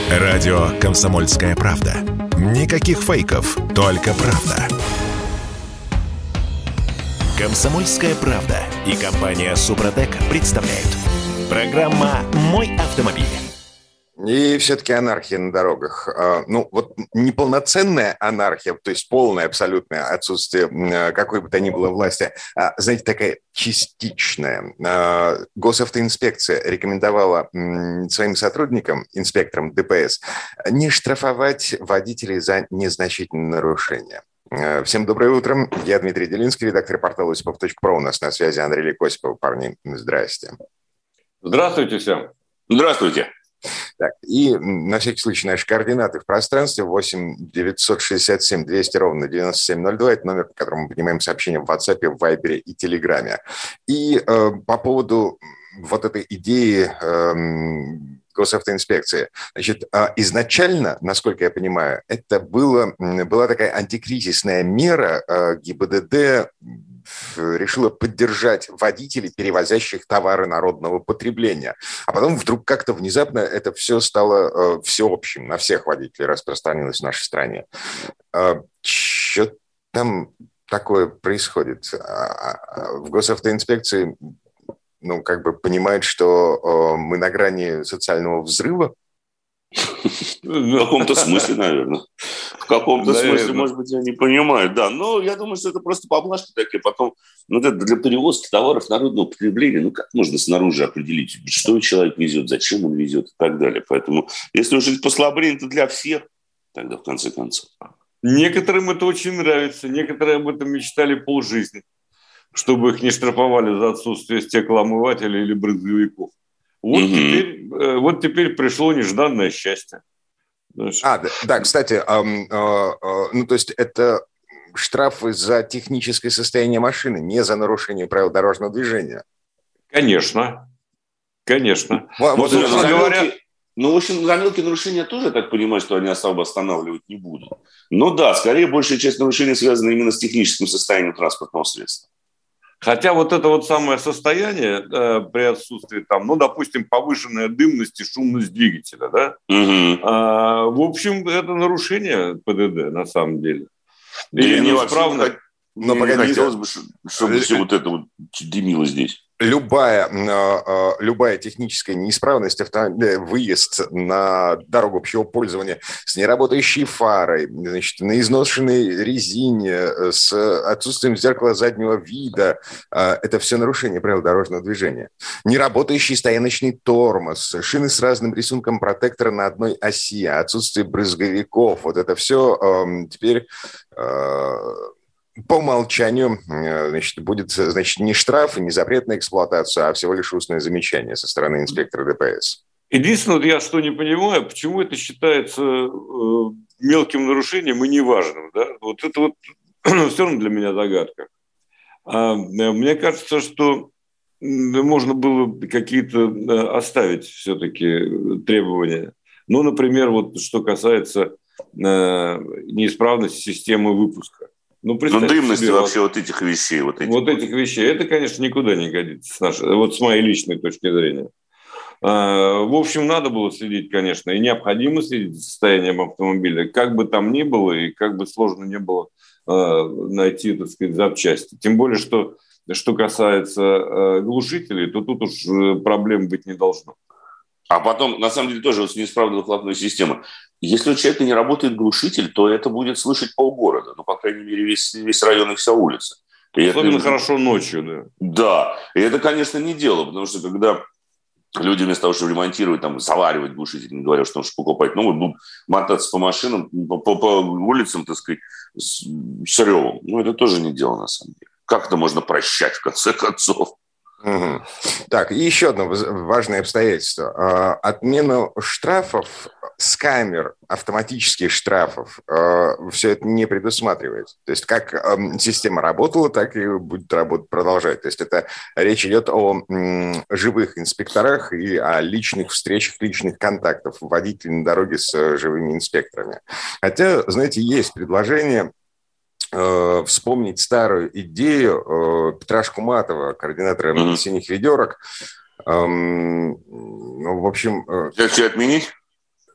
Радио «Комсомольская правда». Никаких фейков, только правда. «Комсомольская правда» и компания «Супротек» представляют. Программа «Мой автомобиль». И все-таки анархия на дорогах. Ну, вот неполноценная анархия, то есть полное абсолютное отсутствие какой бы то ни было власти, знаете, такая частичная. Госавтоинспекция рекомендовала своим сотрудникам, инспекторам ДПС, не штрафовать водителей за незначительные нарушения. Всем доброе утро. Я Дмитрий Делинский, редактор портала Осипов.про. У нас на связи Андрей Лекосипов. Парни, здрасте. Здравствуйте всем. Здравствуйте. Так, и на всякий случай наши координаты в пространстве 8 967 200 ровно 9702. Это номер, по которому мы принимаем сообщения в WhatsApp, в Viber и Telegram. И по поводу вот этой идеи госавтоинспекции. Значит, изначально, насколько я понимаю, это была такая антикризисная мера. ГИБДД решила поддержать водителей, перевозящих товары народного потребления. А потом вдруг как-то внезапно это все стало всеобщим, на всех водителей распространилось в нашей стране. Что там такое происходит? В госавтоинспекции как бы понимают, что мы на грани социального взрыва? В каком-то смысле, наверное. В каком-то смысле, может быть, они понимают, да. Но я думаю, что это просто поблажки такие. Потом, это для перевозки товаров народного потребления, как можно снаружи определить, что человек везет, зачем он везет и так далее. Поэтому, если уже послабление, то для всех, тогда в конце концов. Некоторым это очень нравится. Некоторые об этом мечтали полжизни, чтобы их не штрафовали за отсутствие стеклоомывателя или брызговиков. Вот теперь пришло нежданное счастье. Да, кстати, то есть это штрафы за техническое состояние машины, не за нарушение правил дорожного движения. Конечно. Вот, говоря... в общем, за мелкие нарушения тоже, я так понимаю, что они особо останавливать не будут. Но да, скорее большая часть нарушений связана именно с техническим состоянием транспортного средства. Хотя вот это вот самое состояние при отсутствии допустим, повышенная дымность и шумность двигателя, да? В общем, это нарушение ПДД на самом деле. Или неисправно. Но не хотелось бы, чтобы все вот это вот дымило здесь. Любая техническая неисправность, выезд на дорогу общего пользования с неработающей фарой, значит, на изношенной резине, с отсутствием зеркала заднего вида, это все нарушение правил дорожного движения. Неработающий стояночный тормоз, шины с разным рисунком протектора на одной оси, отсутствие брызговиков, вот это все теперь... По умолчанию, будет, не штраф и не запрет на эксплуатацию, а всего лишь устное замечание со стороны инспектора ДПС. Единственное, я что не понимаю, почему это считается мелким нарушением и неважным. Да? Вот это вот все равно для меня загадка. Мне кажется, что можно было какие-то оставить все-таки требования. Например, вот что касается неисправности системы выпуска. Дымности вообще вот этих вещей. Вот этих вещей. Это, конечно, никуда не годится, с моей личной точки зрения. В общем, надо было следить, конечно, и необходимо следить за состоянием автомобиля. Как бы там ни было, и как бы сложно не было найти, так сказать, запчасти. Тем более, что касается глушителей, то тут уж проблем быть не должно. А потом, на самом деле, тоже неисправная выхлопная система. Если у человека не работает глушитель, то это будет слышать полгорода. По крайней мере, весь район и вся улица. Особенно хорошо ночью, да. Да. И это, конечно, не дело, потому что когда люди вместо того, чтобы ремонтировать, заваривать глушитель, не говоря, что покупать новый, будут мотаться по машинам, по улицам, так сказать, с ревом. Это тоже не дело, на самом деле. Как это можно прощать, в конце концов? Угу. Так, и еще одно важное обстоятельство. Отмену штрафов с камер, автоматических штрафов, все это не предусматривает. То есть как система работала, так и будет продолжать. То есть это речь идет о живых инспекторах и о личных встречах, личных контактах водителей на дороге с живыми инспекторами. Хотя, знаете, есть предложение вспомнить старую идею Петра Шкуматова, координатора «Синих ведерок». В общем... Все отменить?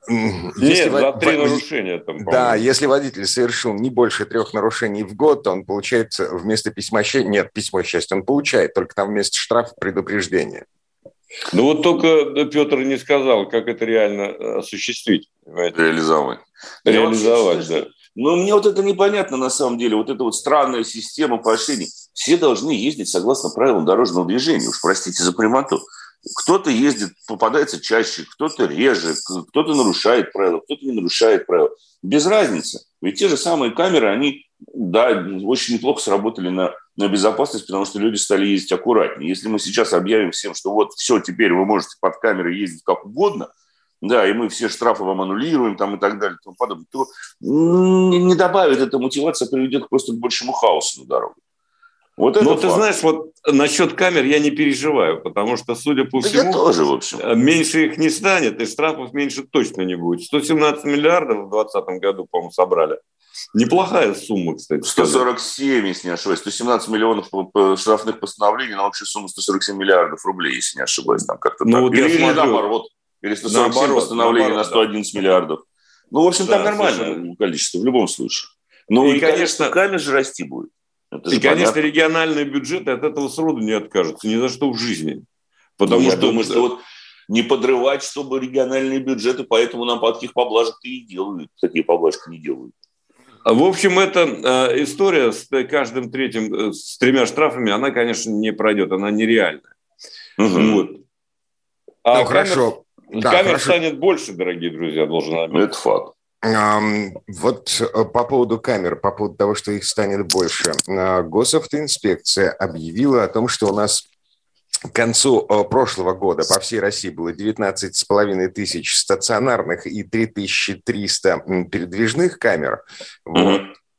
Нет, за 3 нарушения там, по-моему. Да, если водитель совершил не больше 3 нарушений в год, то он получает вместо письма счастья... Нет, письмо счастья он получает, только там вместо штрафа предупреждение. Ну вот только Петр не сказал, как это реально осуществить. Реализовать, да. Но мне вот это непонятно на самом деле. Вот эта вот странная система поощрений. Все должны ездить согласно правилам дорожного движения. Уж простите за прямоту. Кто-то ездит, попадается чаще, кто-то реже, кто-то нарушает правила, кто-то не нарушает правила. Без разницы. Ведь те же самые камеры, они, да, очень неплохо сработали на безопасность, потому что люди стали ездить аккуратнее. Если мы сейчас объявим всем, что вот все, теперь вы можете под камерой ездить как угодно, да, и мы все штрафы вам аннулируем там, и так далее, и тому подобное, то не добавит эта мотивация, приведет просто к большему хаосу на дороге. Вот это ты знаешь, вот насчет камер я не переживаю, потому что, судя по всему, я тоже, в общем, меньше их не станет, и штрафов меньше точно не будет. 117 миллиардов в 2020 году, по-моему, собрали. Неплохая сумма, кстати. 147, если не ошибаюсь. 117 миллионов штрафных постановлений на общую сумму 147 миллиардов рублей, если не ошибаюсь. Там как-то так. Вот или наоборот. Или 147 постановлений на 111 миллиардов. Ну, в общем, там нормальное количество в любом случае. Ну, и конечно, камер же расти будет. И, конечно, региональные бюджеты от этого сроду не откажутся. Ни за что в жизни. Потому что, я думаю, что вот не подрывать, чтобы региональные бюджеты, поэтому нам таких поблажек и делают. Такие поблажки не делают. В общем, эта история с каждым третьим, с 3 штрафами, она, конечно, не пройдет. Она нереальная. Вот. Хорошо. Камер станет больше, дорогие друзья, должен отметить. Это факт. Вот по поводу камер, по поводу того, что их станет больше. Госавтоинспекция объявила о том, что у нас к концу прошлого года по всей России было 19,5 тысяч стационарных и 3300 передвижных камер. Вот.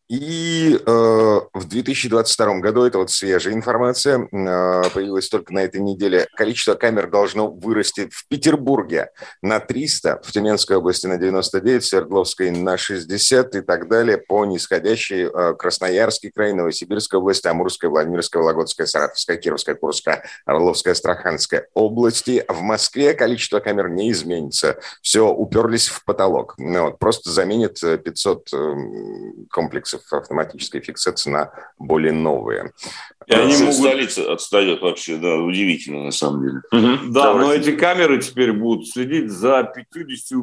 И в 2022 году, это вот свежая информация, появилась только на этой неделе, количество камер должно вырасти в Петербурге на 300, в Тюменской области на 99, в Свердловской на 60 и так далее, по нисходящей Красноярский край, Новосибирская область, Амурская, Владимирская, Вологодская, Саратовская, Кировская, Курская, Орловская, Астраханская области. В Москве количество камер не изменится. Все, уперлись в потолок. Вот, просто заменят 500 комплексов автоматической фиксации на более новые. И они могут... Столица отстает вообще, да, удивительно на самом деле. Да, но эти камеры теперь будут следить за 50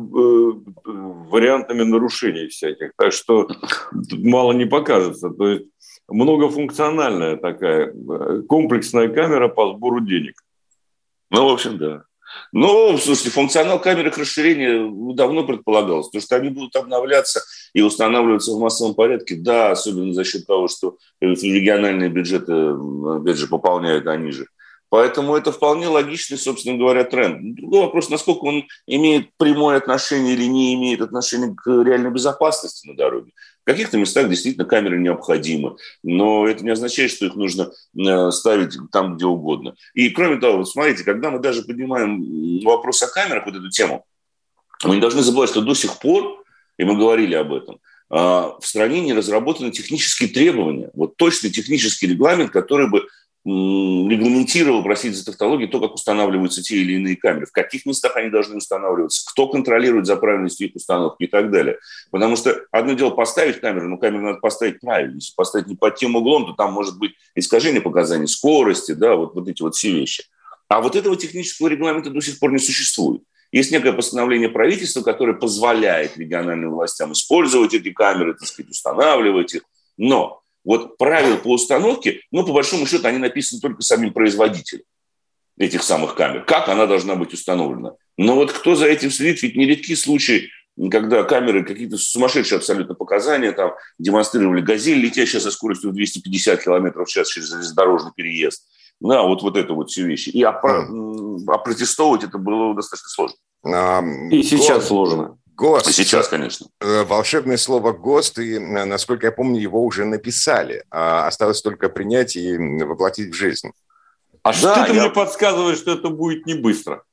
вариантами нарушений всяких, так что мало не покажется. То есть многофункциональная такая комплексная камера по сбору денег. Ну, в общем, да. Ну, слушайте, функционал камер их расширения давно предполагалось, потому что они будут обновляться и устанавливаться в массовом порядке, да, особенно за счет того, что региональные бюджеты, опять же, пополняют они же. Поэтому это вполне логичный, собственно говоря, тренд. Другой вопрос, насколько он имеет прямое отношение или не имеет отношения к реальной безопасности на дороге. В каких-то местах действительно камеры необходимы, но это не означает, что их нужно ставить там, где угодно. И кроме того, вот смотрите, когда мы даже поднимаем вопрос о камерах, вот эту тему, мы не должны забывать, что до сих пор, и мы говорили об этом, в стране не разработаны технические требования, вот точный технический регламент, который бы регламентировал, простите за тавтологию, то, как устанавливаются те или иные камеры, в каких местах они должны устанавливаться, кто контролирует за правильностью их установки и так далее. Потому что одно дело поставить камеру, но камеру надо поставить правильно. Если поставить не под тем углом, то там может быть искажение показаний скорости, да, вот эти вот все вещи. А вот этого технического регламента до сих пор не существует. Есть некое постановление правительства, которое позволяет региональным властям использовать эти камеры, так сказать, устанавливать их, но вот правила по установке, ну, по большому счету, они написаны только самим производителем этих самых камер. Как она должна быть установлена? Но вот кто за этим следит, ведь нередки случаи, когда камеры какие-то сумасшедшие абсолютно показания там демонстрировали «Газель», летящая со скоростью в 250 км в час через железнодорожный переезд. Да, вот это вот все вещи. И опротестовывать это было достаточно сложно. И сейчас сложно. ГОСТ. Сейчас, конечно. Волшебное слово ГОСТ, и, насколько я помню, его уже написали. Осталось только принять и воплотить в жизнь. А что ты мне подсказываешь, что это будет не быстро?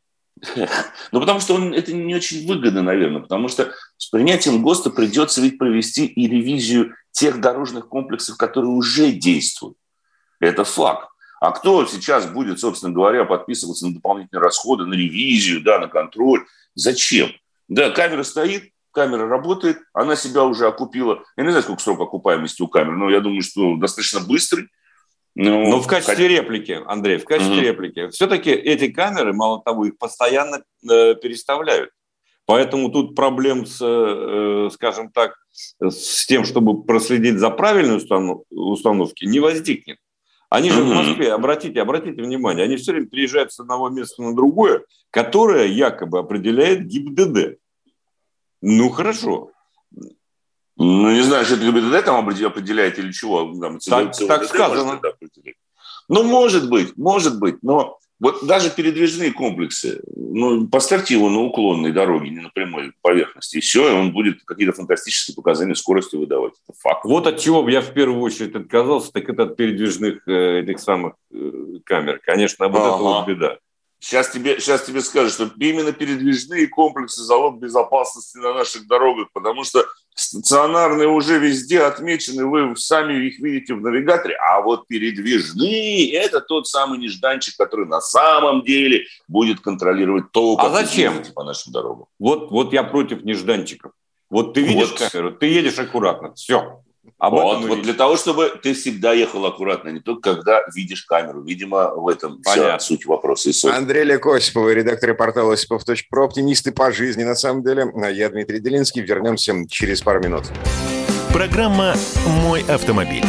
Ну, потому что это не очень выгодно, наверное, потому что с принятием ГОСТа придется ведь провести и ревизию тех дорожных комплексов, которые уже действуют. Это факт. А кто сейчас будет, собственно говоря, подписываться на дополнительные расходы, на ревизию, да, на контроль? Зачем? Да, камера стоит, камера работает, она себя уже окупила. Я не знаю, сколько срок окупаемости у камер, но я думаю, что достаточно быстрый. Но в качестве реплики, Андрей, в качестве реплики, все-таки эти камеры, мало того, их постоянно переставляют. Поэтому тут проблем скажем так, с тем, чтобы проследить за правильной установкой, не возникнет. Они же в Москве, обратите внимание, они все время переезжают с одного места на другое, которое якобы определяет ГИБДД. Ну, хорошо. Ну, не знаю, что это ГИБДД там определяет или чего. Там, так сказано. Ну, может быть, но вот даже передвижные комплексы, ну, поставьте его на уклонной дороге, не на прямой поверхности, и все, и он будет какие-то фантастические показания скорости выдавать. Это факт. Вот от чего я в первую очередь отказался, так это от передвижных этих самых камер. Конечно, вот это вот беда. Сейчас тебе скажут, что именно передвижные комплексы – залог безопасности на наших дорогах, потому что стационарные уже везде отмечены, вы сами их видите в навигаторе, а вот передвижные – это тот самый нежданчик, который на самом деле будет контролировать то, как вы едете по нашим дорогам. Вот я против нежданчиков. Вот ты видишь камеру, ты едешь аккуратно, все. Вот для того, чтобы ты всегда ехал аккуратно, не только когда видишь камеру. Видимо, в этом вся суть вопроса. Андрей Олег Осипов, редактор портала Осипов.про, оптимисты по жизни. На самом деле, я Дмитрий Делинский. Вернемся через пару минут. Программа «Мой автомобиль».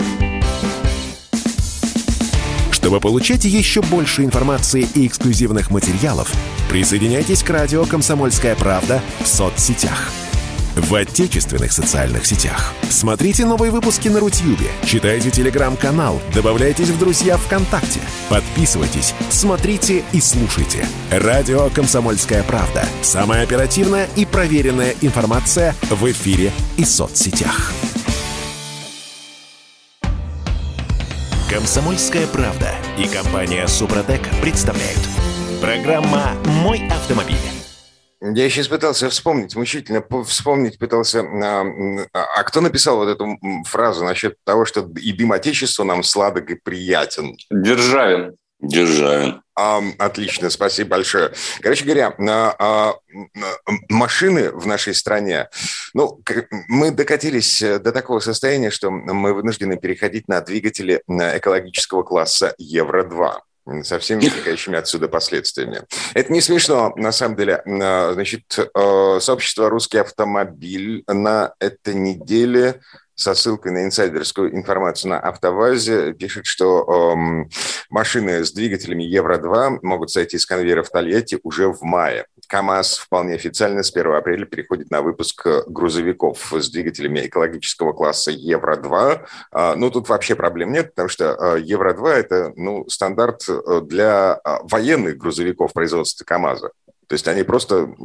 Чтобы получать еще больше информации и эксклюзивных материалов, присоединяйтесь к радио «Комсомольская правда» в соцсетях. В отечественных социальных сетях. Смотрите новые выпуски на Рутьюбе, читайте телеграм-канал, добавляйтесь в друзья ВКонтакте, подписывайтесь, смотрите и слушайте. Радио «Комсомольская правда». Самая оперативная и проверенная информация в эфире и соцсетях. «Комсомольская правда» и компания «Супротек» представляют. Программа «Мой автомобиль». Я сейчас пытался вспомнить, мучительно вспомнить пытался, а кто написал вот эту фразу насчет того, что и дым Отечества нам сладок и приятен? Державин. Отлично, спасибо большое. Короче говоря, машины в нашей стране, ну, мы докатились до такого состояния, что мы вынуждены переходить на двигатели экологического класса Евро-2. Со всеми вытекающими отсюда последствиями. Это не смешно, на самом деле. Значит, сообщество «Русский автомобиль» на этой неделе со ссылкой на инсайдерскую информацию на АвтоВАЗе пишет, что машины с двигателями Евро-2 могут сойти с конвейера в Тольятти уже в мае. КАМАЗ вполне официально с 1 апреля переходит на выпуск грузовиков с двигателями экологического класса Евро-2. Ну, тут вообще проблем нет, потому что Евро-2 – это стандарт для военных грузовиков производства КАМАЗа. То есть они просто,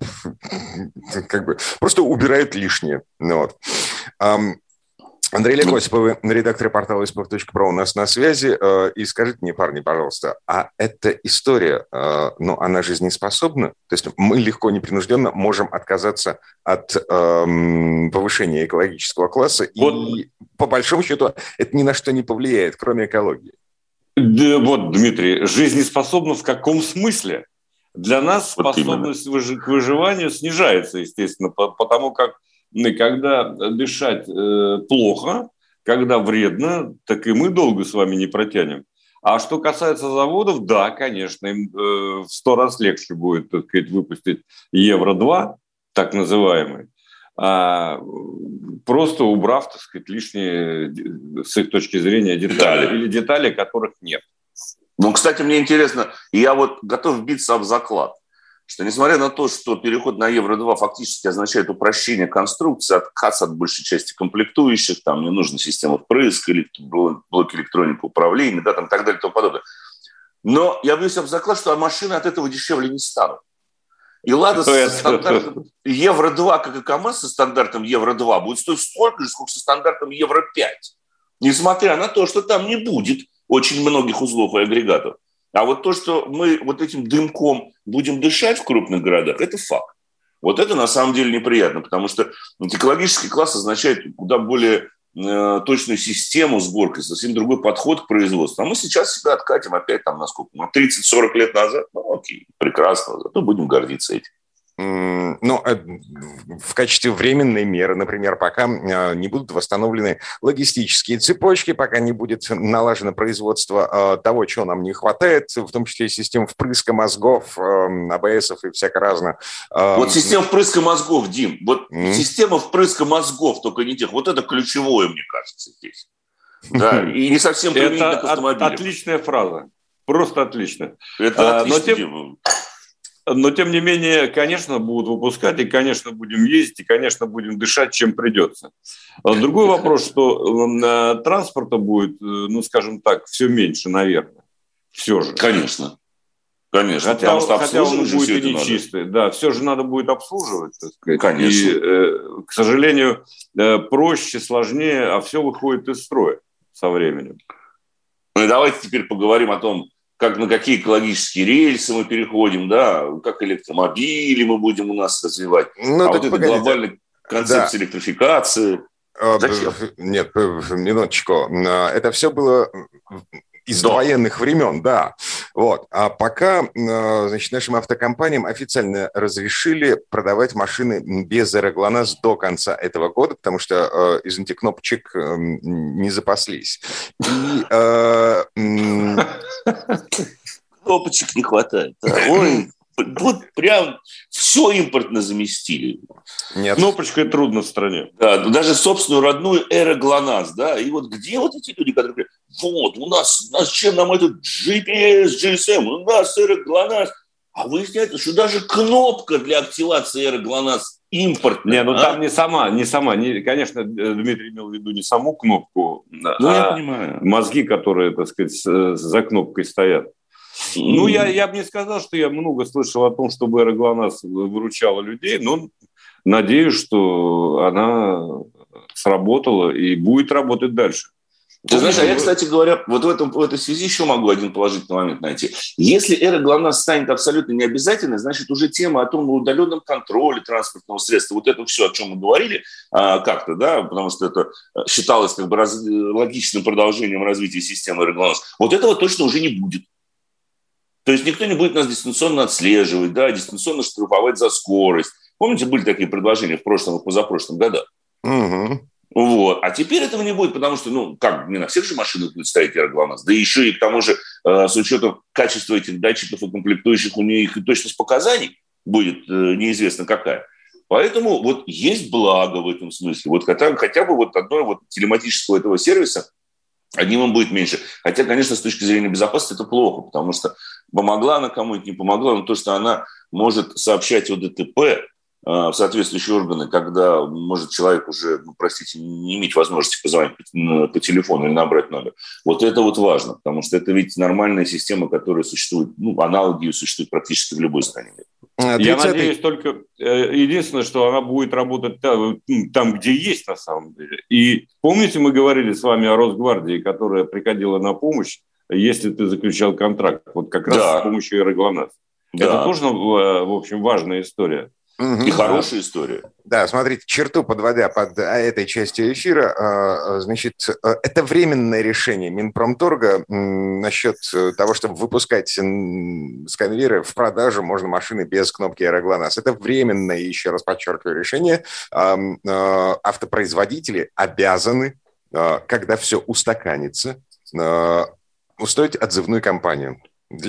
просто убирают лишнее. Вот. Андрей Олег Осипов, редактор портала Осипов.про у нас на связи. И скажите мне, парни, пожалуйста, а эта история, она жизнеспособна? То есть мы легко, непринужденно можем отказаться от повышения экологического класса, и по большому счету это ни на что не повлияет, кроме экологии. Да, вот, Дмитрий, жизнеспособна в каком смысле? Для нас способность к выживанию снижается, естественно, потому как когда дышать плохо, когда вредно, так и мы долго с вами не протянем. А что касается заводов, да, конечно, им в 100 раз легче будет, так сказать, выпустить Евро-2, так называемый, просто убрав, так сказать, лишние, с их точки зрения, детали или детали, которых нет. Ну, кстати, мне интересно, я вот готов биться об заклад, что несмотря на то, что переход на Евро-2 фактически означает упрощение конструкции, отказ от большей части комплектующих, там не нужна система впрыск, блок электроники управления, да, там, и так далее и тому подобное. Но я бьюсь об заклад, что машины от этого дешевле не станут. И «Лада» со стандартом Евро-2, как и КАМАЗ со стандартом Евро-2, будет стоить столько же, сколько со стандартом Евро-5. Несмотря на то, что там не будет очень многих узлов и агрегатов. А вот то, что мы вот этим дымком будем дышать в крупных городах, это факт. Вот это на самом деле неприятно, потому что экологический класс означает куда более точную систему сборки, совсем другой подход к производству. А мы сейчас себя откатим опять там на сколько? На 30-40 лет назад? Ну окей, прекрасно, зато будем гордиться этим. Ну, в качестве временной меры, например, пока не будут восстановлены логистические цепочки, пока не будет налажено производство того, чего нам не хватает, в том числе систем впрыска мозгов, АБСов и всяко разно. Вот система впрыска мозгов, Дим, вот система впрыска мозгов, только не тех, вот это ключевое, мне кажется, здесь. Да, и не совсем применительно к автомобилям. Отличная фраза, просто отлично. Это отлично, Дим. Но, тем не менее, конечно, будут выпускать, и, конечно, будем ездить, и, конечно, будем дышать, чем придется. Другой вопрос, что транспорта будет, ну, скажем так, все меньше, наверное. Все же. Конечно. Конечно. Хотя он будет и нечистый. Да, все же надо будет обслуживать, так сказать. Конечно. И, к сожалению, проще, сложнее, а все выходит из строя со временем. Ну и давайте теперь поговорим о том, как на какие экологические рельсы мы переходим, да, как электромобили мы будем у нас развивать. Ну, вот эта глобальная концепция электрификации. Зачем? Нет, минуточку. Это все было из довоенных времен, да. Вот. А пока, значит, нашим автокомпаниям официально разрешили продавать машины без аэроглонасс до конца этого года, потому что, извините, кнопочек не запаслись. Кнопочек не хватает. Ой, вот прям все импортно заместили. Нет. Кнопочкой трудно в стране. Да, даже собственную родную аэроглонасс, да. И вот где вот эти люди, которые говорят, вот, у нас чем нам этот GPS, GSM, у нас аэроглонасс. А выясняется, что даже кнопка для активации аэроглонасс импортная. Не, ну там не сама. Конечно, Дмитрий имел в виду не саму кнопку, я понимаю. Мозги, которые, так сказать, за кнопкой стоят. Ну, я бы не сказал, что я много слышал о том, чтобы аэроглонасс выручала людей, но надеюсь, что она сработала и будет работать дальше. Ты знаешь, а я, кстати говоря, вот в этой связи еще могу один положительный момент найти. Если аэроглонасс станет абсолютно необязательной, значит, уже тема о том удаленном контроле транспортного средства, вот это все, о чем мы говорили как-то, да, потому что это считалось как бы логичным продолжением развития системы аэроглонасс, вот этого точно уже не будет. То есть никто не будет нас дистанционно отслеживать, да, дистанционно штрафовать за скорость. Помните, были такие предложения в прошлом и позапрошлом годах? Угу. Вот. А теперь этого не будет, потому что, не на всех же машинах будет стоять аэроглонасс. Да еще и к тому же с учетом качества этих датчиков и комплектующих у них и точность показаний будет неизвестно какая. Поэтому вот есть благо в этом смысле. Вот хотя бы вот одной вот телематического этого сервиса одним он будет меньше. Хотя, конечно, с точки зрения безопасности это плохо, потому что помогла она кому-нибудь, не помогла, но то, что она может сообщать о ДТП в соответствующие органы, когда может человек уже, не иметь возможности позвонить по телефону или набрать номер. Вот это вот важно, потому что это ведь нормальная система, которая существует, аналоги ее существуют практически в любой стране. Я надеюсь только, единственное, что она будет работать там, где есть на самом деле. И помните, мы говорили с вами о Росгвардии, которая приходила на помощь, если ты заключал контракт, вот как раз с помощью аэроглонасс. Да. Это тоже, в общем, важная история. И хорошая история. Да, смотрите, черту подводя под этой частью эфира, значит, это временное решение Минпромторга насчет того, чтобы выпускать с конвейера в продажу можно машины без кнопки аэроглонасс. Это временное, еще раз подчеркиваю, решение. Автопроизводители обязаны, когда все устаканится, устроить отзывную кампанию.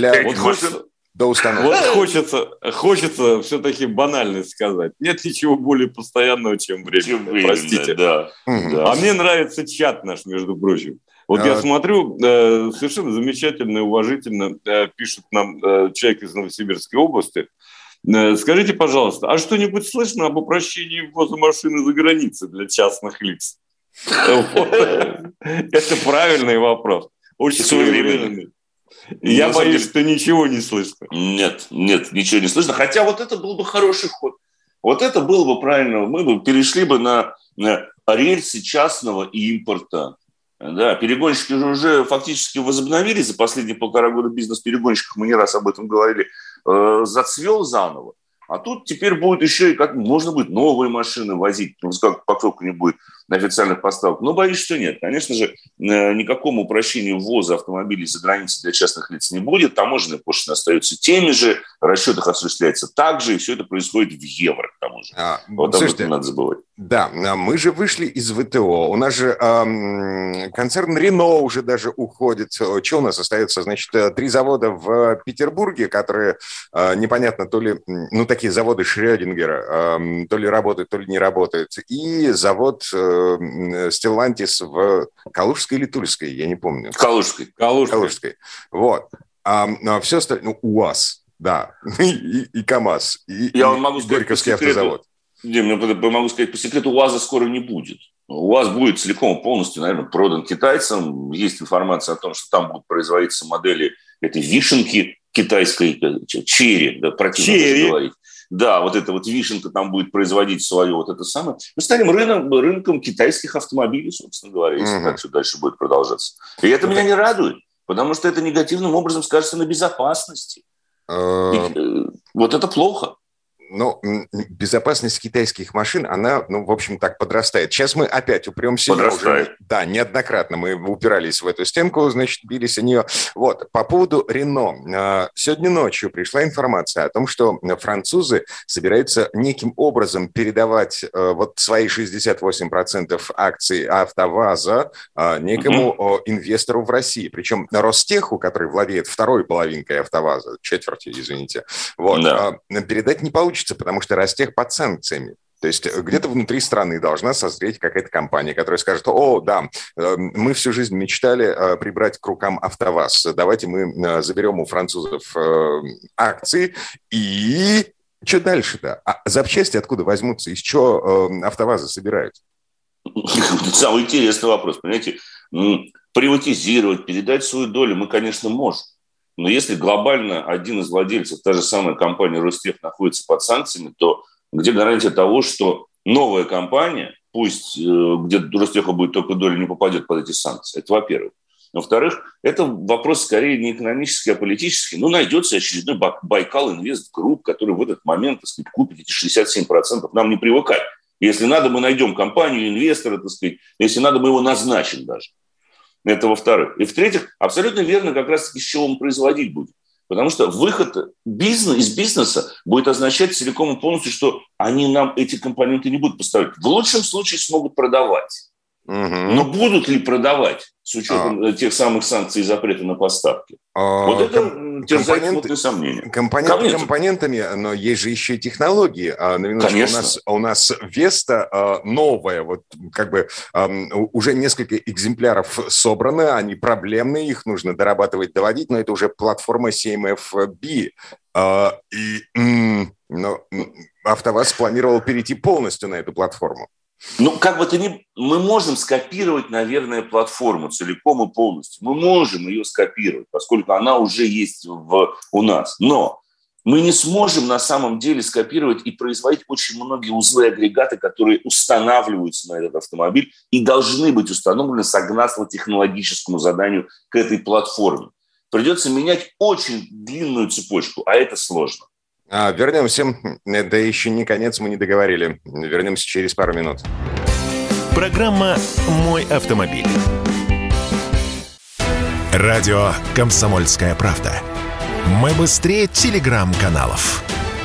До установки. Вот хочется все-таки банальность сказать. Нет ничего более постоянного, чем время. Простите. Да. А мне нравится чат наш, между прочим. Вот я смотрю, совершенно замечательно и уважительно пишет нам человек из Новосибирской области. Скажите, пожалуйста, а что-нибудь слышно об упрощении ввоза машины за границей для частных лиц? Это правильный вопрос. Очень своевременный. Я боюсь, что ничего не слышно. Нет, ничего не слышно. Хотя вот это был бы хороший ход. Вот это было бы правильно. Мы бы перешли бы на рельсы частного импорта. Да, перегонщики же уже фактически возобновили за последние 1,5 года бизнес перегонщиков. Мы не раз об этом говорили. Зацвел заново. А тут теперь будет еще и как можно будет новые машины возить, как поскольку не будет официальных поставок. Но боюсь, что нет. Конечно же, никакому упрощению ввоза автомобилей за границей для частных лиц не будет. Таможенные пошлины остаются теми же, расчет их осуществляется так же, и все это происходит в евро, к тому же. Вот об этом надо забывать. Да, мы же вышли из ВТО. У нас же концерн Рено уже даже уходит. Что у нас остается? Значит, 3 завода в Петербурге, которые непонятно, то ли, такие заводы Шрёдингера, то ли работают, то ли не работают. И завод Stellantis в Калужской или Тульской, я не помню. Калужской. Вот. А все остальное, УАЗ, да, и КАМАЗ, и Горьковский автозавод. Дим, я могу сказать по секрету, УАЗа скоро не будет. УАЗ будет целиком и полностью, наверное, продан китайцам. Есть информация о том, что там будут производиться модели этой вишенки китайской, черри, да, противно говорить. Да, вот эта вот вишенка там будет производить свое вот это самое. Мы станем рынком китайских автомобилей, собственно говоря, если так все дальше будет продолжаться. И это меня не радует, потому что это негативным образом скажется на безопасности. Вот это плохо. Но безопасность китайских машин, она, в общем, так подрастает. Сейчас мы опять упремся. Подрастает. Да, неоднократно мы упирались в эту стенку, значит, бились о нее. Вот, по поводу Рено. Сегодня ночью пришла информация о том, что французы собираются неким образом передавать вот свои 68% акций АвтоВАЗа некому инвестору в России. Причем Ростеху, который владеет второй половинкой АвтоВАЗа, четвертью, извините, вот, передать не получится, потому что Ростех под санкциями. То есть где-то внутри страны должна созреть какая-то компания, которая скажет: о, да, мы всю жизнь мечтали прибрать к рукам АвтоВАЗ, давайте мы заберем у французов акции, и что дальше-то? А запчасти откуда возьмутся? Из чего АвтоВАЗы собирают? Самый интересный вопрос, понимаете? Приватизировать, передать свою долю мы, конечно, можем. Но если глобально один из владельцев, та же самая компания Ростех, находится под санкциями, то где гарантия того, что новая компания, пусть где Ростеха будет только доля, не попадет под эти санкции? Это во-первых. Во-вторых, это вопрос скорее не экономический, а политический. Найдется очередной Байкал Инвест Групп, который в этот момент, так сказать, купит эти 67%. Нам не привыкать. Если надо, мы найдем компанию, инвестора, так сказать. Если надо, мы его назначим даже. Это во-вторых. И в-третьих, абсолютно верно как раз-таки, с чего мы производить будем. Потому что выход из бизнеса будет означать целиком и полностью, что они нам эти компоненты не будут поставлять. В лучшем случае смогут продавать. Но будут ли продавать с учетом тех самых санкций и запрета на поставки? Вот это терзает смутные сомнения. Компонентами, но есть же еще и технологии. Конечно. У нас Веста новая, вот как бы уже несколько экземпляров собраны, они проблемные, их нужно дорабатывать, доводить, но это уже платформа CMF-B. АвтоВАЗ планировал перейти полностью на эту платформу. Как бы то ни было, мы можем скопировать, наверное, платформу целиком и полностью. Мы можем ее скопировать, поскольку она уже есть у нас. Но мы не сможем на самом деле скопировать и производить очень многие узлы и агрегаты, которые устанавливаются на этот автомобиль и должны быть установлены согласно технологическому заданию к этой платформе. Придется менять очень длинную цепочку, а это сложно. Вернемся. Это еще не конец, мы не договорили. Вернемся через пару минут. Программа «Мой автомобиль». Радио «Комсомольская правда». Мы быстрее телеграм-каналов.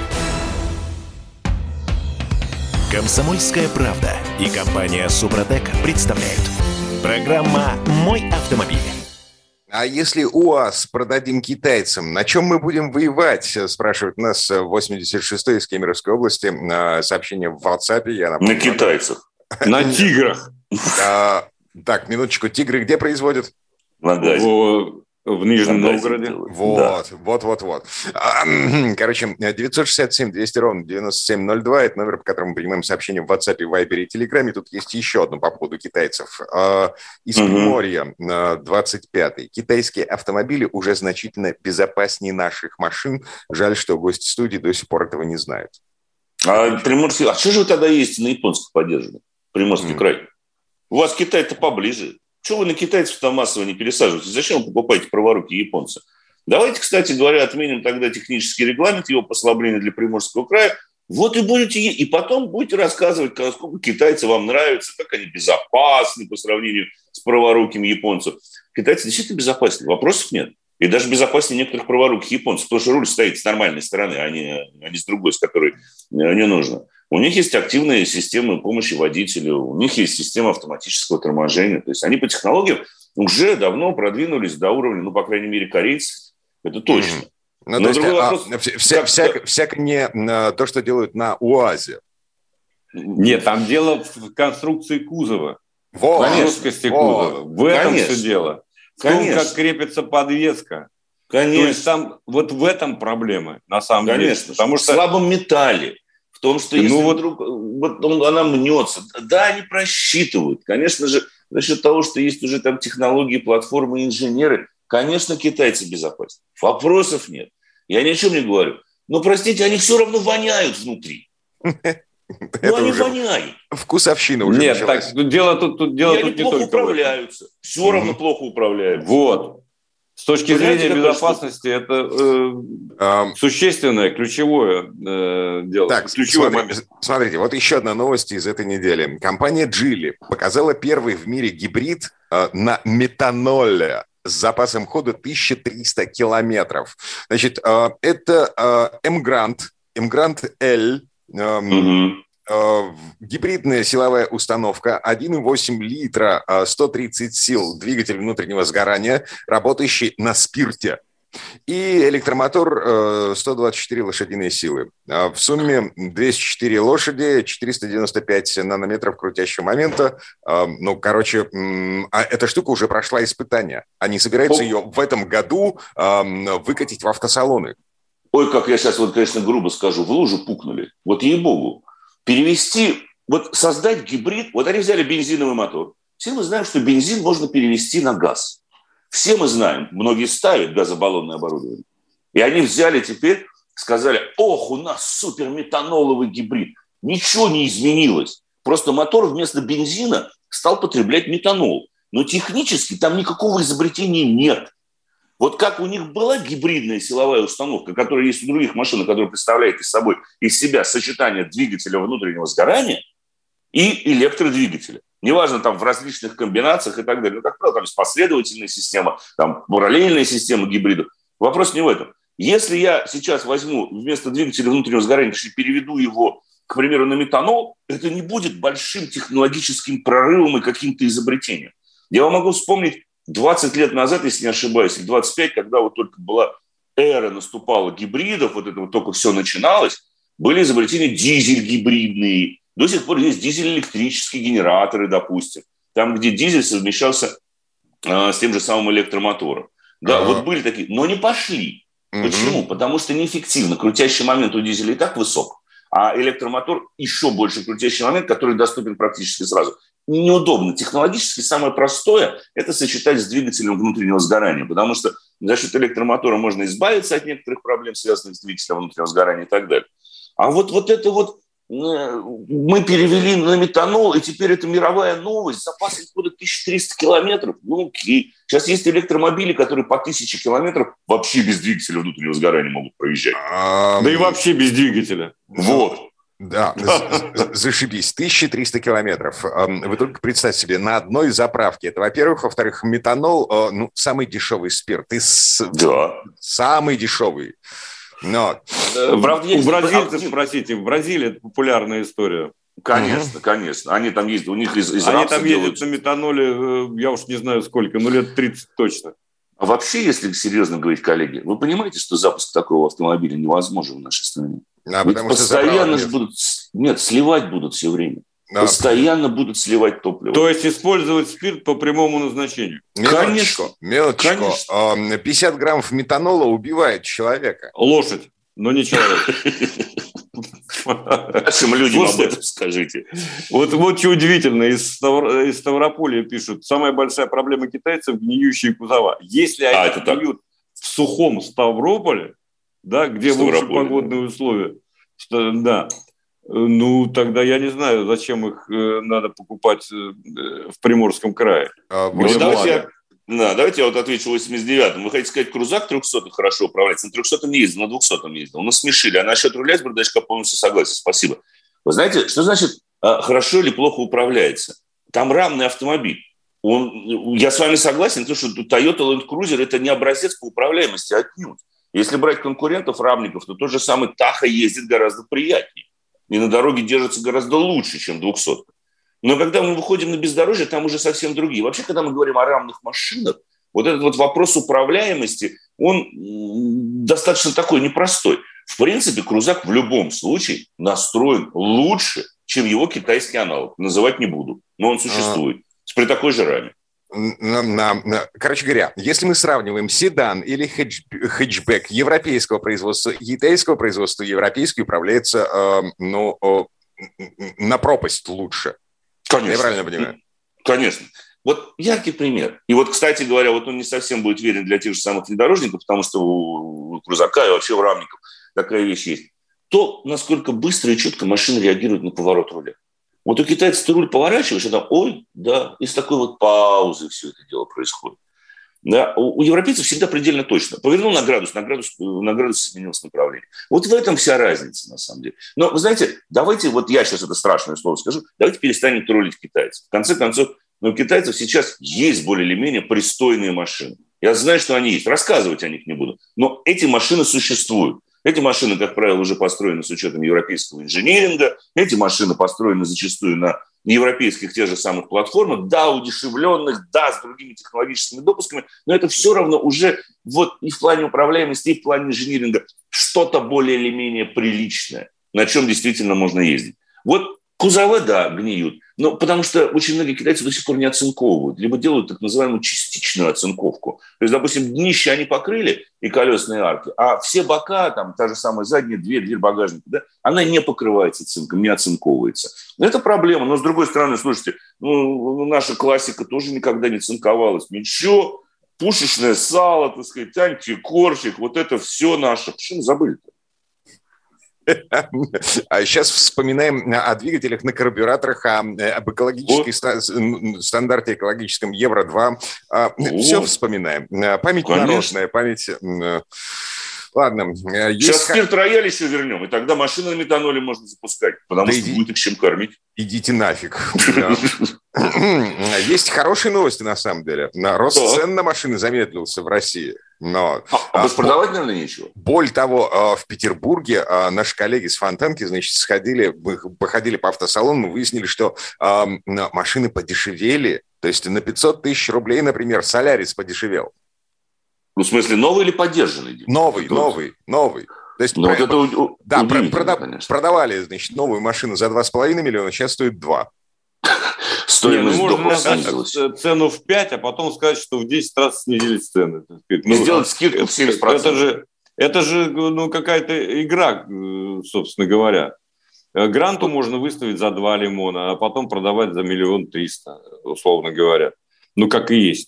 «Комсомольская правда» и компания «Супротек» представляют. Программа «Мой автомобиль». А если УАЗ продадим китайцам, на чем мы будем воевать? Спрашивает нас 86-й из Кемеровской области. Сообщение в WhatsApp. На китайцах. На тиграх. Так, минуточку. Тигры где производят? На газе. В Нижнем Новгороде. Вот. Короче, 967-200-97-02. Это номер, по которому мы принимаем сообщения в WhatsApp, Viber и Telegram. Тут есть еще одно по поводу китайцев. Из Приморья, 25-й. Китайские автомобили уже значительно безопаснее наших машин. Жаль, что гости студии до сих пор этого не знают. А что же вы тогда ездите на японском поддержанном? Приморский край. У вас Китай-то поближе. Чего вы на китайцев-то массово не пересаживаетесь? Зачем вы покупаете праворуки японца? Давайте, кстати говоря, отменим тогда технический регламент, его послабление для Приморского края, Вот и будете, и потом будете рассказывать, насколько китайцы вам нравятся, как они безопасны по сравнению с праворуким японцем. Китайцы действительно безопасны, вопросов нет. И даже безопаснее некоторых праворуких японцев, потому что руль стоит с нормальной стороны, а не с другой, с которой не нужно. У них есть активные системы помощи водителю, у них есть система автоматического торможения. То есть они по технологиям уже давно продвинулись до уровня, по крайней мере, корейцев. Это точно. Ну, то есть, всяко не то, что делают на УАЗе. Нет, там дело в конструкции кузова, в жесткости кузова. В этом все дело. В том, как крепится подвеска. Конечно. То есть там вот в этом проблемы, на самом деле. Потому что в слабом металле. В том, что если вдруг она мнется. Да, они просчитывают. Конечно же, за счет того, что есть уже там технологии, платформы, инженеры, конечно, китайцы безопасны. Вопросов нет. Я ни о чем не говорю. Но, простите, они все равно воняют внутри. Они воняют. Вкусовщина уже началась. Нет, дело тут не плохо управляются. Все равно плохо управляются. Вот. С точки зрения безопасности это существенное, ключевое дело. Так, ключевой момент. Смотрите, вот еще одна новость из этой недели. Компания Geely показала первый в мире гибрид на метаноле с запасом хода 1300 километров. Значит, это Emgrand L, гибридная силовая установка, 1,8 литра, 130 сил, двигатель внутреннего сгорания, работающий на спирте. И электромотор 124 лошадиные силы. В сумме 204 лошади, 495 нанометров крутящего момента. Эта штука уже прошла испытания. Они собираются ее в этом году выкатить в автосалоны. Ой, как я сейчас, конечно, грубо скажу, в лужу пукнули. Вот ей-богу. Перевести, создать гибрид. Вот они взяли бензиновый мотор. Все мы знаем, что бензин можно перевести на газ. Все мы знаем, многие ставят газобаллонное оборудование. И они взяли теперь, сказали, у нас суперметаноловый гибрид. Ничего не изменилось. Просто мотор вместо бензина стал потреблять метанол. Но технически там никакого изобретения нет. Вот как у них была гибридная силовая установка, которая есть у других машин, которая представляет из себя сочетание двигателя внутреннего сгорания и электродвигателя. Неважно, там в различных комбинациях и так далее. Как правило, там есть последовательная система, там параллельная система гибридов. Вопрос не в этом. Если я сейчас возьму вместо двигателя внутреннего сгорания, переведу его, к примеру, на метанол, это не будет большим технологическим прорывом и каким-то изобретением. Я вам могу вспомнить 20 лет назад, если не ошибаюсь, или 25, когда только была эра, наступала гибридов, только все начиналось, были изобретения дизель-гибридные. До сих пор есть дизель-электрические генераторы, допустим, там, где дизель совмещался с тем же самым электромотором. Да, вот были такие, но не пошли. Почему? Потому что неэффективно. Крутящий момент у дизеля и так высок, а электромотор еще больше крутящий момент, который доступен практически сразу. Неудобно. Технологически самое простое – это сочетать с двигателем внутреннего сгорания, потому что за счет электромотора можно избавиться от некоторых проблем, связанных с двигателем внутреннего сгорания и так далее. А мы перевели на метанол, и теперь это мировая новость. Запас хода 1300 километров. Окей. Сейчас есть электромобили, которые по 1000 километров вообще без двигателя внутреннего сгорания могут проезжать. Да и вообще без двигателя. Вот. Да, зашибись. 1300 километров. Вы только представьте себе, на одной заправке. Это, во-первых. Во-вторых, метанол, самый дешевый спирт. Самый дешевый. Но... У бразильцев спросите, в Бразилии это популярная история. Конечно. Они там ездят, у них из Они там ездят на метаноле, я уж не знаю сколько, лет 30 точно. А вообще, если серьезно говорить, коллеги, вы понимаете, что запуск такого автомобиля невозможен в нашей стране? Постоянно же сливать будут все время. Постоянно будут сливать топливо. То есть использовать спирт по прямому назначению. Минуточку. 50 граммов метанола убивает человека. Лошадь, но не человек. Нашим людям об этом скажите. Вот что удивительно. Из Ставрополя пишут, самая большая проблема китайцев – гниющие кузова. Если они гниют в сухом Ставрополе, да, где лучше погодные условия, да, тогда я не знаю, зачем их надо покупать в Приморском крае. Да, давайте я вот отвечу 89-м. Вы хотите сказать, крузак 300 хорошо управляется? На 300-м не ездил, на 200-м ездил. Нас смешили. А насчет руля с бардачка полностью согласен. Спасибо. Вы знаете, что значит хорошо или плохо управляется? Там равный автомобиль. Я с вами согласен, то, что Toyota Land Cruiser – это не образец по управляемости отнюдь. Если брать конкурентов, равников, то тот же самый Таха ездит гораздо приятнее. И на дороге держится гораздо лучше, чем 200-ка. Но когда мы выходим на бездорожье, там уже совсем другие. Вообще, когда мы говорим о равных машинах, вот этот вот вопрос управляемости, он достаточно такой непростой. В принципе, крузак в любом случае настроен лучше, чем его китайский аналог. Называть не буду, но он существует. При такой же раме. Короче говоря, если мы сравниваем седан или хэтчбэк европейского производства и китайского производства, европейский управляется на пропасть лучше. Конечно. Я правильно понимаю? Конечно. Вот яркий пример. И вот, кстати говоря, вот он не совсем будет верен для тех же самых внедорожников, потому что у крузака и вообще у равников такая вещь есть. То, насколько быстро и четко машина реагирует на поворот руля. Вот у китайцев ты руль поворачиваешь, и там, ой, да, и с такой вот паузой все это дело происходит. Да, у европейцев всегда предельно точно. Повернул на градус изменилось направление. Вот в этом вся разница, на самом деле. Но, вы знаете, давайте, вот я сейчас это страшное слово скажу, давайте перестанем троллить китайцев. В конце концов, у китайцев сейчас есть более или менее пристойные машины. Я знаю, что они есть, рассказывать о них не буду. Но эти машины существуют. Эти машины, как правило, уже построены с учетом европейского инжиниринга. Эти машины построены зачастую на европейских тех же самых платформах, да, удешевленных, да, с другими технологическими допусками, но это все равно уже вот и в плане управляемости, и в плане инжиниринга что-то более или менее приличное, на чем действительно можно ездить. Вот кузовы, да, гниют, но потому что очень многие китайцы до сих пор не оцинковывают, либо делают так называемую частичную оцинковку. То есть, допустим, днище они покрыли и колесные арки, а все бока, там, та же самая задняя дверь багажника, да, она не покрывается цинком, не оцинковывается. Это проблема, но с другой стороны, слушайте, наша классика тоже никогда не цинковалась. Ничего, пушечное сало, так сказать, антикорчик, вот это все наше. Почему забыли-то? А сейчас вспоминаем о двигателях на карбюраторах, об экологической стандарте экологическом Евро-2. Все вспоминаем. Память народная, память... Ладно. Сейчас спирт-рояль еще вернем, и тогда машины на метаноле можно запускать, потому что будет их чем кормить. Идите нафиг. Есть хорошие новости, на самом деле. Рост цен на машины замедлился в России. Но продавать, наверное, нечего. Более того, в Петербурге наши коллеги с Фонтанки, значит, походили по автосалону, выяснили, что машины подешевели. То есть на 500 тысяч рублей, например, Солярис подешевел. Ну, в смысле, новый или поддержанный? Новый. То есть, продавали, значит, новую машину за 2,5 миллиона, сейчас стоит 2. Стоимость можно назначить цену в 5, а потом сказать, что в 10 раз снизились цены. Сделать скидку в 70%. Это же какая-то игра, собственно говоря. Гранту можно выставить за 2 лимона, а потом продавать за 1 300 000, условно говоря. Ну, как и есть.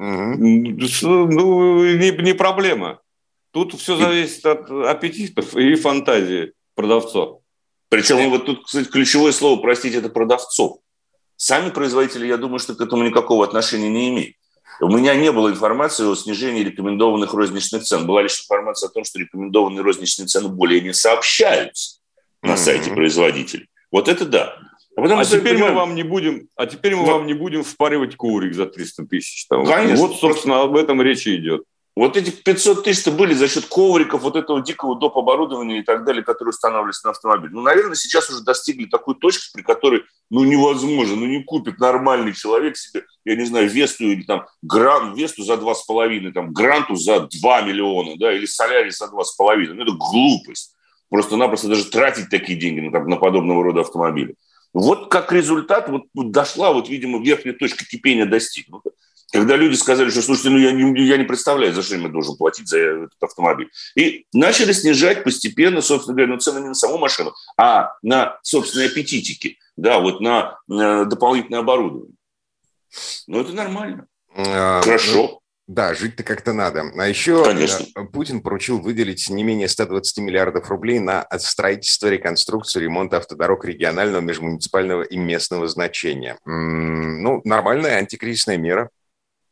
Не проблема. Тут все зависит от аппетитов и фантазии продавцов. Причем вот тут, кстати, ключевое слово, простите, это продавцов. Сами производители, я думаю, что к этому никакого отношения не имеют. У меня не было информации о снижении рекомендованных розничных цен. Была лишь информация о том, что рекомендованные розничные цены более не сообщаются на сайте производителей. Вот это да. Теперь мы вам не будем впаривать коврик за 300 тысяч. Конечно. Вот, собственно, об этом речь и идет. Вот эти 500 тысяч были за счет ковриков, вот этого дикого доп. Оборудования и так далее, которые устанавливались на автомобиль. Наверное, сейчас уже достигли такой точки, при которой, невозможно, не купит нормальный человек себе, я не знаю, Весту или там Весту за 2,5, там, Гранту за 2 миллиона, да, или Солярис за 2,5. Это глупость. Просто-напросто даже тратить такие деньги на подобного рода автомобили. Вот как результат дошла, видимо, верхняя точка кипения достигнута. Когда люди сказали, что, слушайте, я не представляю, за что я должен платить за этот автомобиль. И начали снижать постепенно, собственно говоря, цены не на саму машину, а на собственные аппетитики, да, на дополнительное оборудование. Это нормально. Хорошо. Да, жить-то как-то надо. А еще Конечно. Путин поручил выделить не менее 120 миллиардов рублей на строительство, реконструкцию, ремонт автодорог регионального, межмуниципального и местного значения. Нормальная антикризисная мера.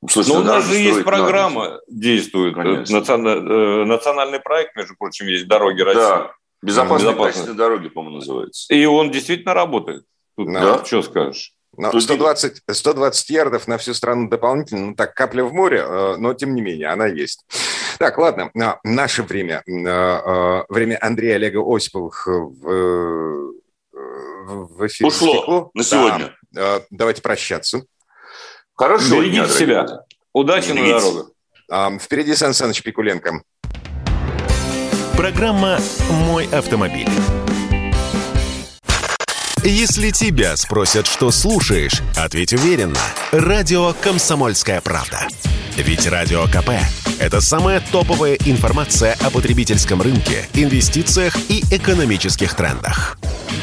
Слушай, у нас же есть программа, действует. Национальный проект, между прочим, есть «Дороги России». Да, безопасные качественные дороги, по-моему, называется. И он действительно работает. Тут, да, что скажешь? 120 ярдов на всю страну дополнительно, так, капля в море, но тем не менее, она есть. Так, ладно, наше время, время Андрея Олега Осиповых в эфире ушло на сегодня. Да, давайте прощаться. Хорошо, берегите себя. Удачи на дорогах. Впереди Сан Саныч Пикуленко. Программа «Мой автомобиль». Если тебя спросят, что слушаешь, ответь уверенно. Радио «Комсомольская правда». Ведь Радио КП – это самая топовая информация о потребительском рынке, инвестициях и экономических трендах.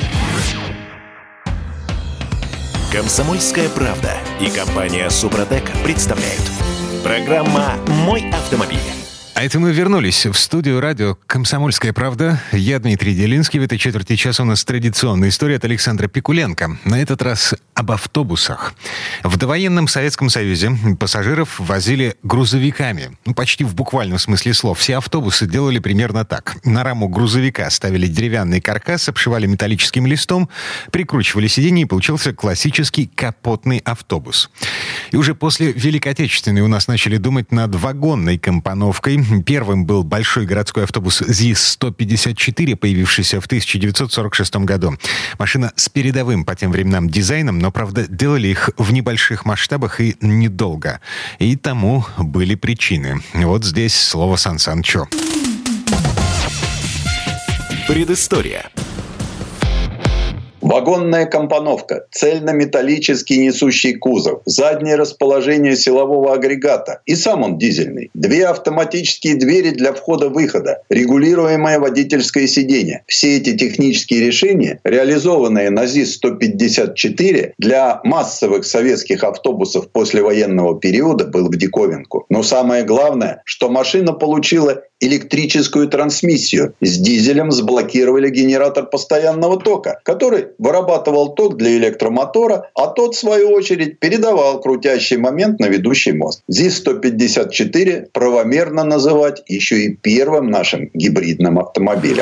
«Комсомольская правда» и компания «Супротек» представляют. Программа «Мой автомобиль». А это мы вернулись в студию радио «Комсомольская правда». Я Дмитрий Делинский. В этой четверти часа у нас традиционная история от Александра Пикуленко. На этот раз об автобусах. В довоенном Советском Союзе пассажиров возили грузовиками. Почти в буквальном смысле слов. Все автобусы делали примерно так. На раму грузовика ставили деревянный каркас, обшивали металлическим листом, прикручивали сиденье, и получился классический капотный автобус. И уже после Великой Отечественной у нас начали думать над вагонной компоновкой. Первым был большой городской автобус ЗИС-154, появившийся в 1946 году. Машина с передовым по тем временам дизайном, но, правда, делали их в небольших масштабах и недолго. И тому были причины. Вот здесь слово Сан Санычу. Предыстория. Вагонная компоновка, цельнометаллический несущий кузов, заднее расположение силового агрегата. И сам он дизельный. 2 автоматические двери для входа-выхода, регулируемое водительское сиденье. Все эти технические решения, реализованные на ЗИС-154, для массовых советских автобусов послевоенного периода, был в диковинку. Но самое главное, что машина получила электрическую трансмиссию. С дизелем сблокировали генератор постоянного тока, который вырабатывал ток для электромотора, а тот, в свою очередь, передавал крутящий момент на ведущий мост. ЗИС-154 правомерно называть еще и первым нашим гибридным автомобилем.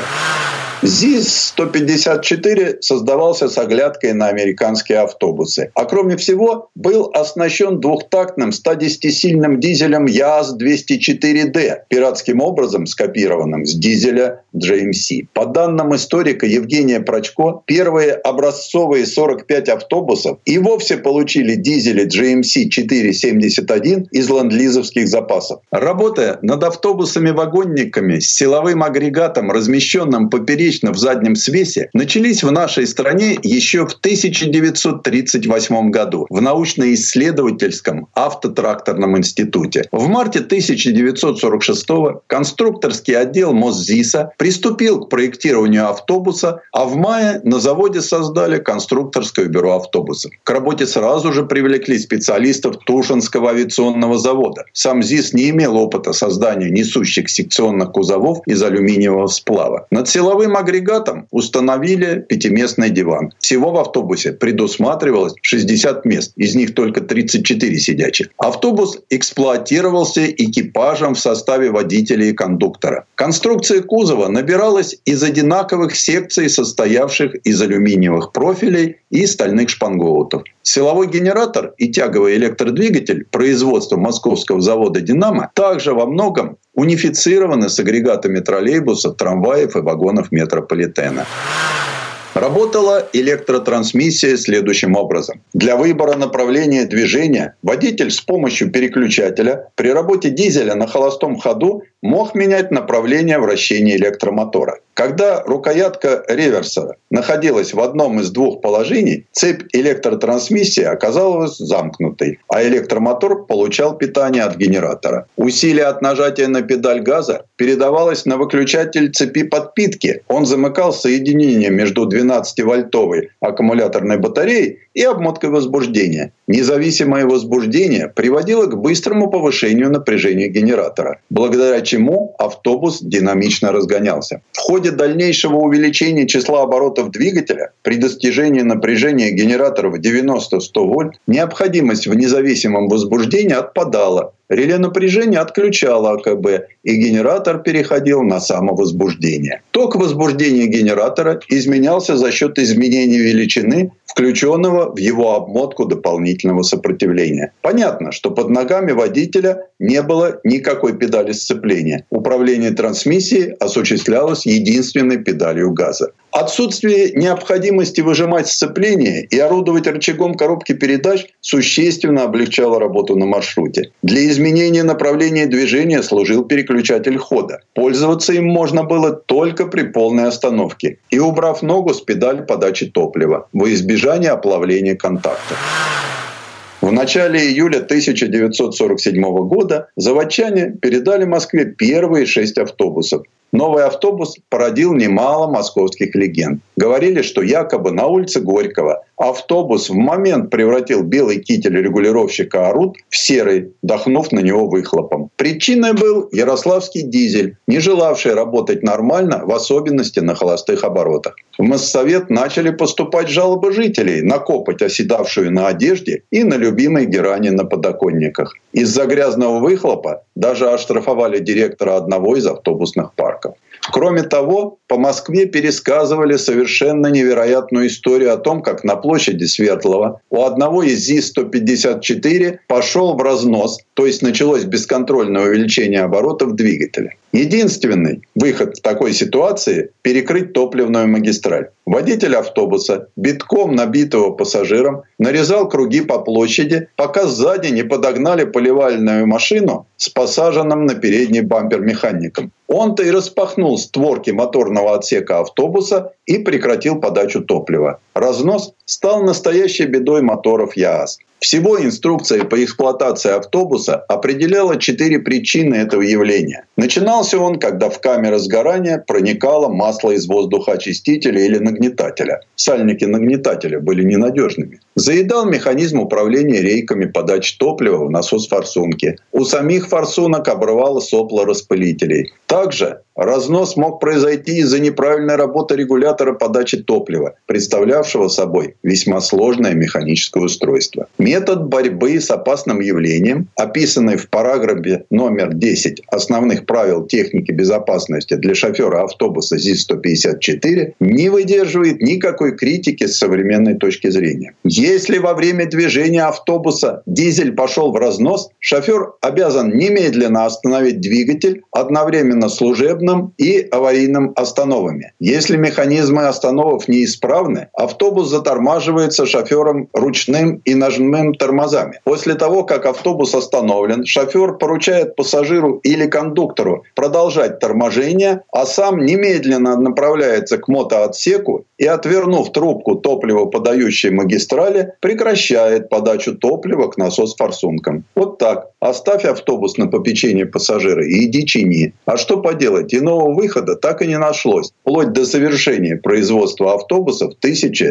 ЗИС-154 создавался с оглядкой на американские автобусы. А кроме всего, был оснащен двухтактным 110-сильным дизелем ЯАЗ-204Д, пиратским образом скопированным с дизеля GMC. По данным историка Евгения Прочко, первые образцовые 45 автобусов и вовсе получили дизели GMC 471 из ленд-лизовских запасов. Работая над автобусами-вагонниками с силовым агрегатом, размещенным поперечно в заднем свесе, начались в нашей стране еще в 1938 году в научно-исследовательском автотракторном институте. В марте 1946-го конструкторский отдел Мосзиса приступил к проектированию автобуса, а в мае на заводе создали конструкторское бюро автобусов. К работе сразу же привлекли специалистов Тушинского авиационного завода. Сам ЗИС не имел опыта создания несущих секционных кузовов из алюминиевого сплава. Над силовым агрегатом установили 5-местный диван. Всего в автобусе предусматривалось 60 мест, из них только 34 сидячих. Автобус эксплуатировался экипажем в составе водителя и кондуктора. Конструкция кузова набиралась из одинаковых секций, состоявших из алюминиевых профилей и стальных шпангоутов. Силовой генератор и тяговый электродвигатель производства московского завода «Динамо» также во многом унифицированы с агрегатами троллейбусов, трамваев и вагонов метрополитена. Работала электротрансмиссия следующим образом. Для выбора направления движения водитель с помощью переключателя при работе дизеля на холостом ходу мог менять направление вращения электромотора. Когда рукоятка реверса находилась в одном из двух положений, цепь электротрансмиссии оказалась замкнутой, а электромотор получал питание от генератора. Усилие от нажатия на педаль газа передавалось на выключатель цепи подпитки. Он замыкал соединение между 12-вольтовой аккумуляторной батареей и обмоткой возбуждения. Независимое возбуждение приводило к быстрому повышению напряжения генератора, благодаря чему автобус динамично разгонялся. В ходе дальнейшего увеличения числа оборотов двигателя при достижении напряжения генератора в 90-100 вольт необходимость в независимом возбуждении отпадала. Реле напряжения отключало АКБ, и генератор переходил на самовозбуждение. Ток возбуждения генератора изменялся за счет изменения величины, включенного в его обмотку дополнительного сопротивления. Понятно, что под ногами водителя не было никакой педали сцепления. Управление трансмиссией осуществлялось единственной педалью газа. Отсутствие необходимости выжимать сцепление и орудовать рычагом коробки передач существенно облегчало работу на маршруте. Для изменения направления движения служил переключатель хода. Пользоваться им можно было только при полной остановке и убрав ногу с педали подачи топлива во избежание оплавления контактов. В начале июля 1947 года заводчане передали Москве первые 6 автобусов. Новый автобус породил немало московских легенд. Говорили, что якобы на улице Горького автобус в момент превратил белый китель регулировщика АРУТ в серый, дохнув на него выхлопом. Причиной был ярославский дизель, не желавший работать нормально, в особенности на холостых оборотах. В Моссовет начали поступать жалобы жителей на копоть, оседавшую на одежде, и на любимой герани на подоконниках. Из-за грязного выхлопа даже оштрафовали директора одного из автобусных парков. Кроме того, по Москве пересказывали совершенно невероятную историю о том, как на площади Светлого у одного из ЗИС-154 пошел в разнос, то есть началось бесконтрольное увеличение оборотов двигателя. Единственный выход в такой ситуации – перекрыть топливную магистраль. Водитель автобуса, битком набитого пассажиром, нарезал круги по площади, пока сзади не подогнали поливальную машину с посаженным на передний бампер механиком. Он-то и распахнул створки моторного отсека автобуса и прекратил подачу топлива. Разнос стал настоящей бедой моторов ЯАЗ. Всего инструкция по эксплуатации автобуса определяла 4 причины этого явления. Начинался он, когда в камеры сгорания проникало масло из воздухоочистителя или нагнетателя. Сальники нагнетателя были ненадежными. Заедал механизм управления рейками подачи топлива в насос форсунки. У самих форсунок обрывало сопла распылителей. Также разнос мог произойти из-за неправильной работы регулятора подачи топлива, представлявшего собой весьма сложное механическое устройство. Метод борьбы с опасным явлением, описанный в параграфе номер 10 основных правил техники безопасности для шофера автобуса ЗИС-154, не выдерживает никакой критики с современной точки зрения. Если во время движения автобуса дизель пошел в разнос, шофер обязан немедленно остановить двигатель одновременно служебным и аварийным остановами. Если механизмы остановок неисправны, автобус затормаживается шофером ручным и ножным тормозами. После того, как автобус остановлен, шофер поручает пассажиру или кондуктору продолжать торможение, а сам немедленно направляется к мотоотсеку и, отвернув трубку топливоподающей магистрали, прекращает подачу топлива к насос-форсункам. Вот так. Оставь автобус на попечение пассажира и иди чини. А что поделать? Иного выхода так и не нашлось. Вплоть до завершения производства автобусов в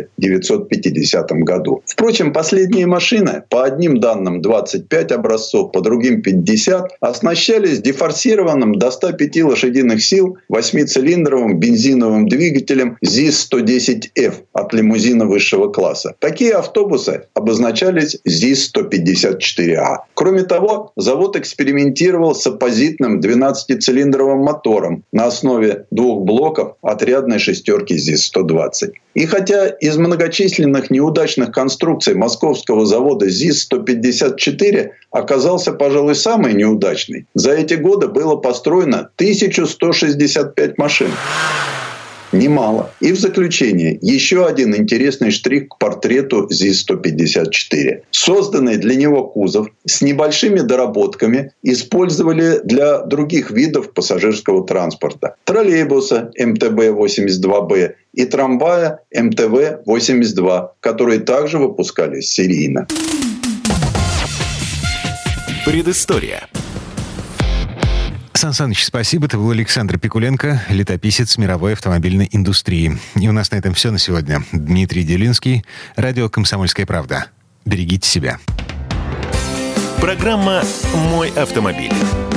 1950 году. Впрочем, последние машины, по одним данным 25 образцов, по другим 50, оснащались дефорсированным до 105 лошадиных сил 8-цилиндровым бензиновым двигателем ЗИС-110F от лимузина высшего класса. Такие автобусы обозначались ЗИС-154А. Кроме того, завод экспериментировал с оппозитным 12-цилиндровым мотором на основе 2 блоков отрядной шестерки ЗИС-120. И хотя из многочисленных неудачных конструкций московского завода ЗИС-154 оказался, пожалуй, самый неудачный, за эти годы было построено 1165 машин. Немало. И в заключение еще один интересный штрих к портрету ЗИС-154. Созданный для него кузов с небольшими доработками использовали для других видов пассажирского транспорта. Троллейбуса МТБ-82Б и трамвая МТВ-82, которые также выпускались серийно. Предыстория. Сан Саныч, спасибо. Это был Александр Пикуленко, летописец мировой автомобильной индустрии. И у нас на этом все на сегодня. Дмитрий Делинский, радио «Комсомольская правда». берегите себя. Программа «Мой автомобиль».